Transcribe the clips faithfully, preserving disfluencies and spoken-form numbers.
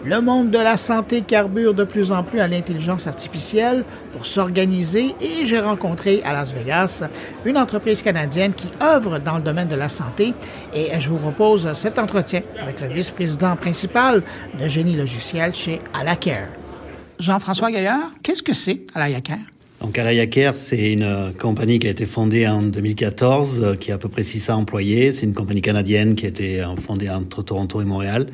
Le monde de la santé carbure de plus en plus à l'intelligence artificielle pour s'organiser et j'ai rencontré à Las Vegas une entreprise canadienne qui œuvre dans le domaine de la santé et je vous propose cet entretien avec le vice-président principal de génie logiciel chez AlaCare. Jean-François Gaillard, qu'est-ce que c'est AlaCare? Donc AlaCare, c'est une compagnie qui a été fondée en deux mille quatorze, qui a à peu près six cents employés. C'est une compagnie canadienne qui a été fondée entre Toronto et Montréal.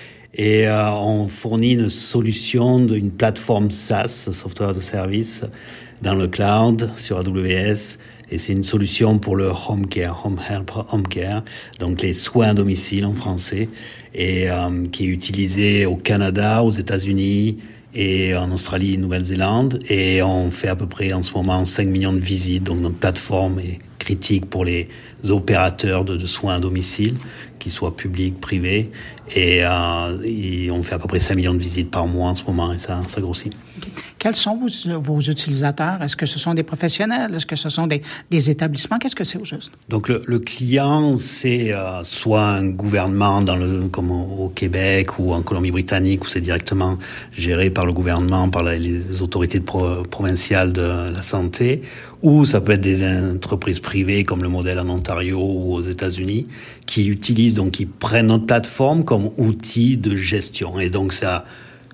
Et euh, on fournit une solution d'une plateforme SaaS, Software as a Service, dans le cloud, sur A W S. Et c'est une solution pour le home care, home help, home care, donc les soins à domicile en français, et euh, qui est utilisée au Canada, aux États-Unis, et en Australie et Nouvelle-Zélande. Et on fait à peu près en ce moment cinq millions de visites. Donc notre plateforme est critique pour les opérateurs de, de soins à domicile, qu'ils soient publics, privés. Et, euh, et on fait à peu près cinq millions de visites par mois en ce moment et ça, ça grossit. Okay. Quels sont vos, vos utilisateurs? Est-ce que ce sont des professionnels? Est-ce que ce sont des, des établissements? Qu'est-ce que c'est au juste? Donc le, le client, c'est euh, soit un gouvernement dans le, comme au, au Québec ou en Colombie-Britannique où c'est directement géré par le gouvernement, par la, les autorités de pro, provinciales de la santé, ou ça peut être des entreprises privées comme le modèle en Ontario ou aux États-Unis qui utilisent, donc qui prennent notre plateforme comme outil de gestion. Et donc ça,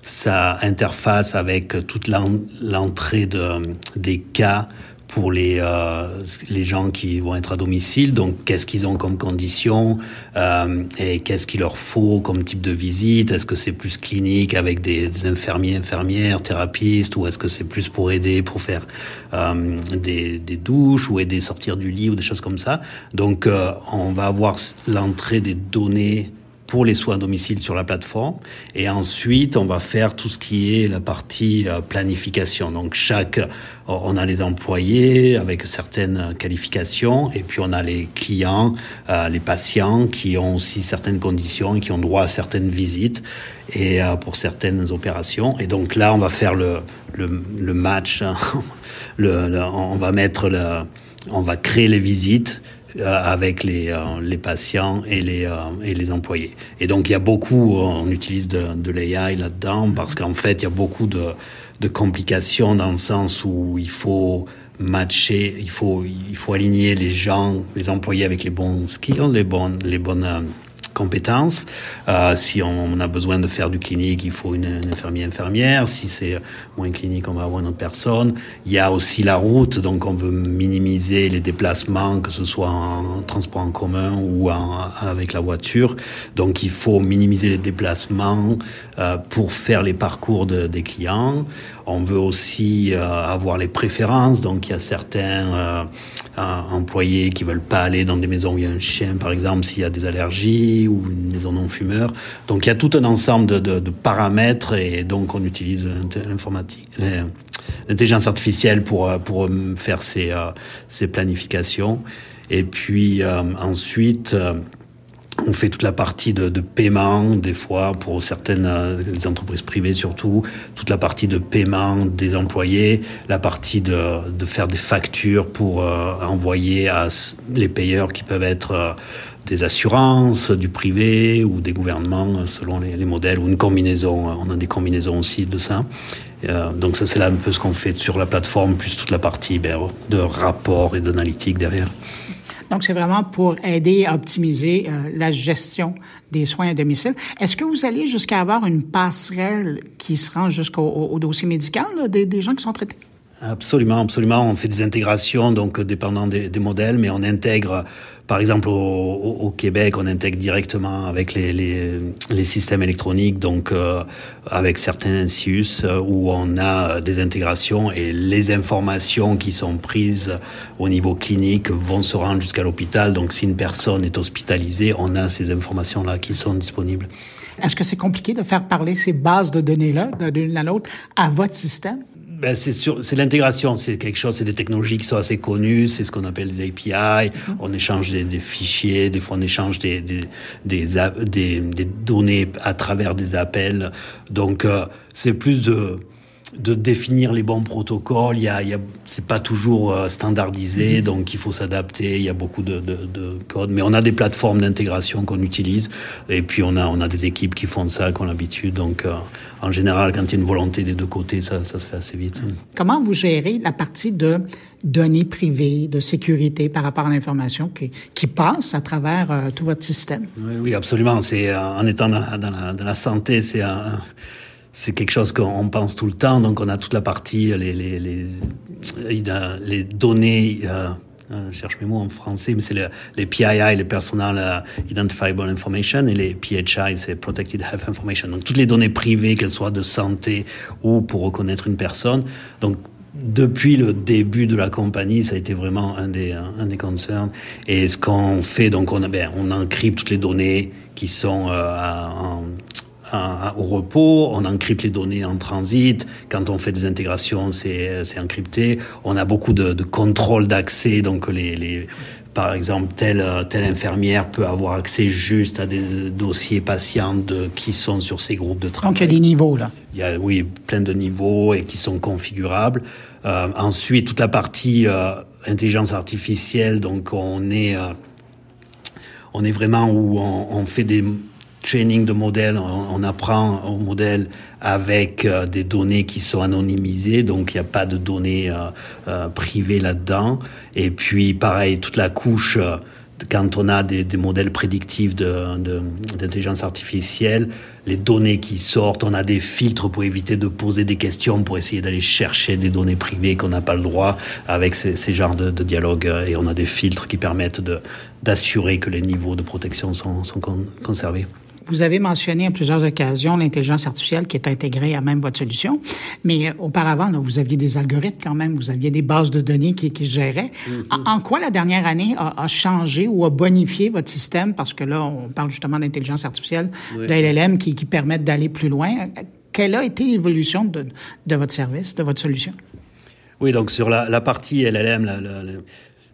ça interface avec toute l'entrée de, des cas pour les euh, les gens qui vont être à domicile. Donc, qu'est-ce qu'ils ont comme conditions euh, et qu'est-ce qu'il leur faut comme type de visite? Est-ce que c'est plus clinique avec des, des infirmiers, infirmières, thérapeutes, ou est-ce que c'est plus pour aider, pour faire euh, des, des douches ou aider à sortir du lit ou des choses comme ça? Donc, euh, on va avoir l'entrée des données pour les soins à domicile sur la plateforme. Et ensuite, on va faire tout ce qui est la partie euh, planification. Donc, chaque, on a les employés avec certaines qualifications et puis on a les clients, euh, les patients qui ont aussi certaines conditions et qui ont droit à certaines visites et euh, pour certaines opérations. Et donc là, on va faire le, le, le match. le, le, on va mettre le, on va créer les visites avec les euh, les patients et les euh, et les employés. Et donc il y a beaucoup, on utilise de de l'A I là-dedans parce qu'en fait il y a beaucoup de de complications dans le sens où il faut matcher, il faut il faut aligner les gens, les employés avec les bons skills, les bonnes les bonnes euh, compétences. Euh, si on a besoin de faire du clinique, il faut une, une infirmière infirmière. Si c'est moins clinique, on va avoir une autre personne. Il y a aussi la route, donc on veut minimiser les déplacements, que ce soit en transport en commun ou en, avec la voiture. Donc il faut minimiser les déplacements euh, pour faire les parcours de, des clients. On veut aussi euh, avoir les préférences. Donc il y a certains euh, euh, employés qui veulent pas aller dans des maisons où il y a un chien, par exemple, s'il y a des allergies, ou une maison non-fumeur. Donc il y a tout un ensemble de, de, de paramètres et donc on utilise l'informatique, l'intelligence artificielle pour pour faire ces ces planifications. Et puis euh, ensuite euh, on fait toute la partie de, de paiement, des fois, pour certaines euh, les entreprises privées surtout, toute la partie de paiement des employés, la partie de, de faire des factures pour euh, envoyer à les payeurs qui peuvent être euh, des assurances, du privé ou des gouvernements selon les, les modèles, ou une combinaison. On a des combinaisons aussi de ça. Euh, donc ça, c'est là un peu ce qu'on fait sur la plateforme, plus toute la partie ben, de rapport et d'analytique derrière. Donc, c'est vraiment pour aider à optimiser euh, la gestion des soins à domicile. Est-ce que vous allez jusqu'à avoir une passerelle qui se rend jusqu'au au, au dossier médical là, des, des gens qui sont traités? Absolument, absolument. On fait des intégrations, donc dépendant des, des modèles, mais on intègre, par exemple au, au, au Québec, on intègre directement avec les, les, les systèmes électroniques, donc euh, avec certains N C I U S euh, où on a des intégrations et les informations qui sont prises au niveau clinique vont se rendre jusqu'à l'hôpital. Donc si une personne est hospitalisée, on a ces informations-là qui sont disponibles. Est-ce que c'est compliqué de faire parler ces bases de données-là, d'une à l'autre, à votre système? Ben c'est sur, c'est l'intégration, c'est quelque chose, c'est des technologies qui sont assez connues, c'est ce qu'on appelle les A P I. Mm-hmm. On échange des, des fichiers, des fois on échange des des des, des, des données à travers des appels. Donc euh, c'est plus de de définir les bons protocoles. Il y a, il y a, c'est pas toujours standardisé, mmh. donc il faut s'adapter. Il y a beaucoup de, de, de codes, mais on a des plateformes d'intégration qu'on utilise, et puis on a, on a des équipes qui font ça, qui ont l'habitude. Donc, euh, en général, quand il y a une volonté des deux côtés, ça, ça se fait assez vite. Comment vous gérez la partie de données privées, de sécurité par rapport à l'information qui, qui passe à travers euh, tout votre système? Oui, oui, absolument. C'est en étant dans, dans, la, dans la santé, c'est un C'est quelque chose qu'on pense tout le temps. Donc, on a toute la partie, les, les, les, les données, euh, je cherche mes mots en français, mais c'est les, les P I I, les Personal Identifiable Information, et les P H I, c'est Protected Health Information. Donc, toutes les données privées, qu'elles soient de santé ou pour reconnaître une personne. Donc, depuis le début de la compagnie, ça a été vraiment un des, un des concerns. Et ce qu'on fait, donc, on, a, ben, on encrypte toutes les données qui sont euh, en au repos, on encrypte les données en transit. Quand on fait des intégrations, c'est, c'est encrypté. On a beaucoup de, de contrôle d'accès, donc les, les, par exemple, telle, telle infirmière peut avoir accès juste à des dossiers patients de, qui sont sur ces groupes de travail. Donc il y a des niveaux là. Il y a, oui, plein de niveaux et qui sont configurables. Euh, ensuite, toute la partie euh, intelligence artificielle, donc on est, euh, on est vraiment où on, on fait des training de modèles, on, on apprend au modèle avec euh, des données qui sont anonymisées, donc il n'y a pas de données euh, euh, privées là-dedans. Et puis pareil, toute la couche, euh, quand on a des, des modèles prédictifs de, de, d'intelligence artificielle, les données qui sortent, on a des filtres pour éviter de poser des questions, pour essayer d'aller chercher des données privées qu'on n'a pas le droit avec ces, ces genres de, de dialogues. Et on a des filtres qui permettent de, d'assurer que les niveaux de protection sont, sont con, conservés. Vous avez mentionné à plusieurs occasions l'intelligence artificielle qui est intégrée à même votre solution, mais auparavant, là, vous aviez des algorithmes quand même, vous aviez des bases de données qui, qui se géraient. Mm-hmm. En, en quoi la dernière année a, a changé ou a bonifié votre système? Parce que là, on parle justement d'intelligence artificielle, oui. de L L M qui, qui permettent d'aller plus loin. Quelle a été l'évolution de, de votre service, de votre solution? Oui, donc sur la, la partie L L M, la, la, la...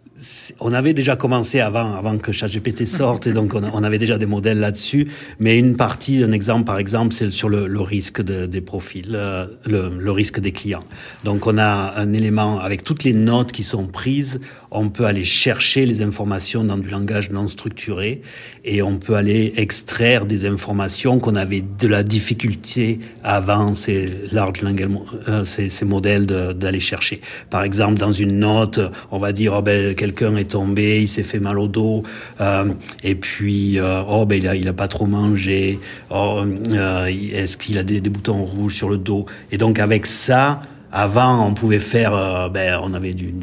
on avait déjà commencé avant, avant que ChatGPT sorte, et donc on, a, on avait déjà des modèles là-dessus. Mais une partie, un exemple par exemple, c'est sur le, le risque de, des profils, le, le, le risque des clients. Donc on a un élément avec toutes les notes qui sont prises. On peut aller chercher les informations dans du langage non structuré, et on peut aller extraire des informations qu'on avait de la difficulté avant ces large language, euh, ces, ces modèles de, d'aller chercher. Par exemple, dans une note, on va dire oh ben quelqu'un est tombé, il s'est fait mal au dos, euh, et puis euh, oh ben il a il a pas trop mangé, oh, euh, est-ce qu'il a des, des boutons rouges sur le dos. Et donc avec ça, avant on pouvait faire, euh, ben on avait du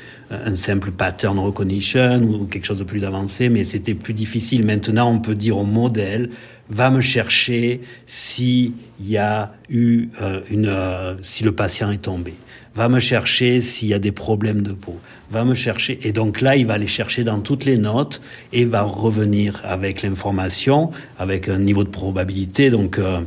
un simple pattern recognition ou quelque chose de plus avancé, mais c'était plus difficile. Maintenant, on peut dire au modèle, va me chercher s'il y a eu euh, une, euh, si le patient est tombé. Va me chercher s'il y a des problèmes de peau. Va me chercher. Et donc là, il va aller chercher dans toutes les notes et va revenir avec l'information, avec un niveau de probabilité, donc, euh,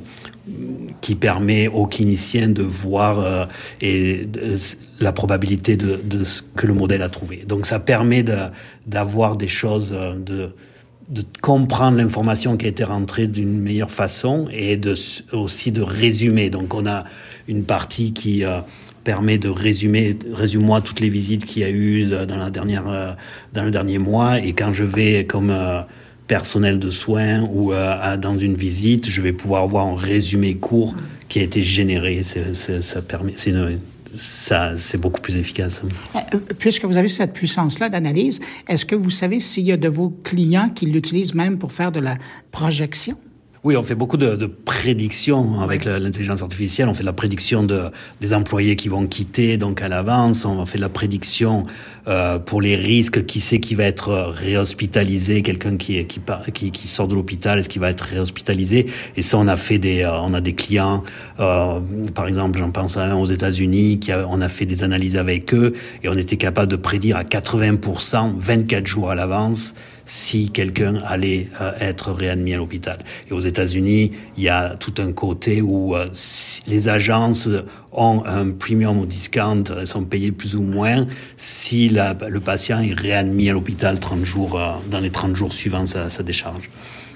qui permet aux cliniciens de voir euh, et de, la probabilité de, de ce que le modèle a trouvé. Donc ça permet de, d'avoir des choses, de, de comprendre l'information qui a été rentrée d'une meilleure façon, et de, aussi de résumer. Donc on a une partie qui euh, permet de résumer, résume-moi toutes les visites qu'il y a eu dans la dernière, euh, dans le dernier mois, et quand je vais comme euh, personnel de soins ou euh, dans une visite, je vais pouvoir voir un résumé court qui a été généré. C'est, c'est, ça permet, c'est une, ça, c'est beaucoup plus efficace. Puisque vous avez cette puissance-là d'analyse, est-ce que vous savez s'il y a de vos clients qui l'utilisent même pour faire de la projection? Oui, on fait beaucoup de, de prédictions avec oui. l'intelligence artificielle. On fait de la prédiction de, des employés qui vont quitter, donc à l'avance. On fait de la prédiction euh, pour les risques. Qui sait qui va être réhospitalisé? Quelqu'un qui, qui, qui, qui sort de l'hôpital, est-ce qu'il va être réhospitalisé? Et ça, on a fait des, euh, on a des clients. Euh, par exemple, j'en pense à un aux États-Unis. Qui a, on a fait des analyses avec eux et on était capable de prédire à quatre-vingts pour cent, vingt-quatre jours à l'avance, si quelqu'un allait euh, être réadmis à l'hôpital. Et aux États-Unis, il y a tout un côté où euh, si les agences ont un premium ou discount, elles sont payées plus ou moins si la, le patient est réadmis à l'hôpital trente jours, euh, dans les trente jours suivant sa, sa décharge.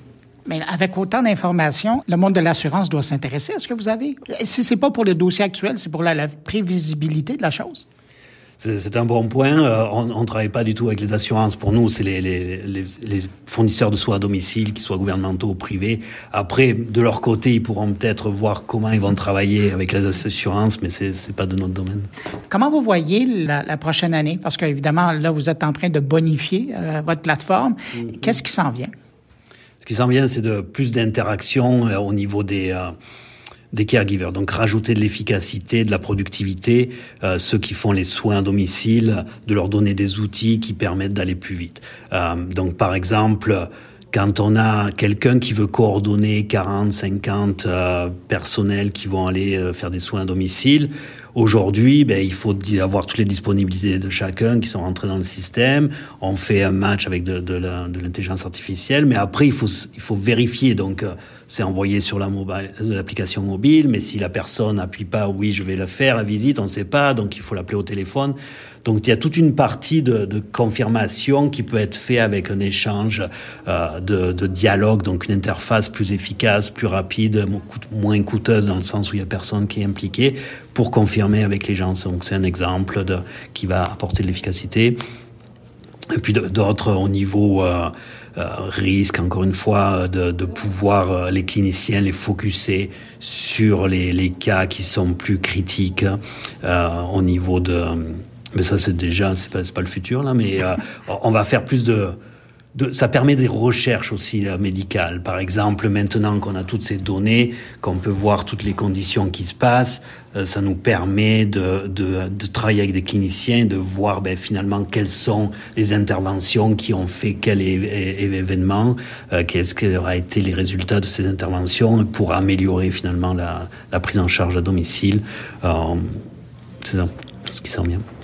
Mais avec autant d'informations, le monde de l'assurance doit s'intéresser à ce que vous avez. Si c'est pas pour le dossier actuel, c'est pour la, la prévisibilité de la chose. C'est, c'est un bon point. Euh, on ne travaille pas du tout avec les assurances. Pour nous, c'est les, les, les, les fournisseurs de soins à domicile, qu'ils soient gouvernementaux ou privés. Après, de leur côté, ils pourront peut-être voir comment ils vont travailler avec les assurances, mais c'est, c'est pas de notre domaine. Comment vous voyez la, la prochaine année? Parce qu'évidemment, là, vous êtes en train de bonifier euh, votre plateforme. Mm-hmm. Qu'est-ce qui s'en vient? Ce qui s'en vient, c'est de plus d'interaction euh, au niveau des... Euh, des caregivers, donc rajouter de l'efficacité, de la productivité, euh, ceux qui font les soins à domicile, de leur donner des outils qui permettent d'aller plus vite. Euh, donc par exemple, quand on a quelqu'un qui veut coordonner quarante, cinquante euh, personnels qui vont aller euh, faire des soins à domicile, aujourd'hui, ben, il faut avoir toutes les disponibilités de chacun qui sont rentrés dans le système. On fait un match avec de, de, la, de l'intelligence artificielle, mais après, il faut, il faut vérifier. Donc, euh, c'est envoyé sur la mobile, l'application mobile, mais si la personne n'appuie pas, oui, je vais le faire, la visite, on ne sait pas, donc il faut l'appeler au téléphone. Donc, il y a toute une partie de, de confirmation qui peut être fait avec un échange euh, de, de dialogue, donc une interface plus efficace, plus rapide, moins coûteuse dans le sens où il y a personne qui est impliqué pour confirmer avec les gens. Donc, c'est un exemple de, qui va apporter de l'efficacité. Et puis d'autres au niveau euh, euh, risque, encore une fois, de, de pouvoir euh, les cliniciens les focuser sur les, les cas qui sont plus critiques euh, au niveau de... Mais ça, c'est déjà, c'est pas, c'est pas le futur là, mais euh, on va faire plus de... De, ça permet des recherches aussi euh, médicales. Par exemple, maintenant qu'on a toutes ces données, qu'on peut voir toutes les conditions qui se passent, euh, ça nous permet de, de, de travailler avec des cliniciens, de voir ben, finalement quelles sont les interventions qui ont fait quel é- é- événement, euh, qu'est-ce qu'aura été les résultats de ces interventions pour améliorer finalement la, la prise en charge à domicile. Euh, c'est ça, ce qui s'en vient.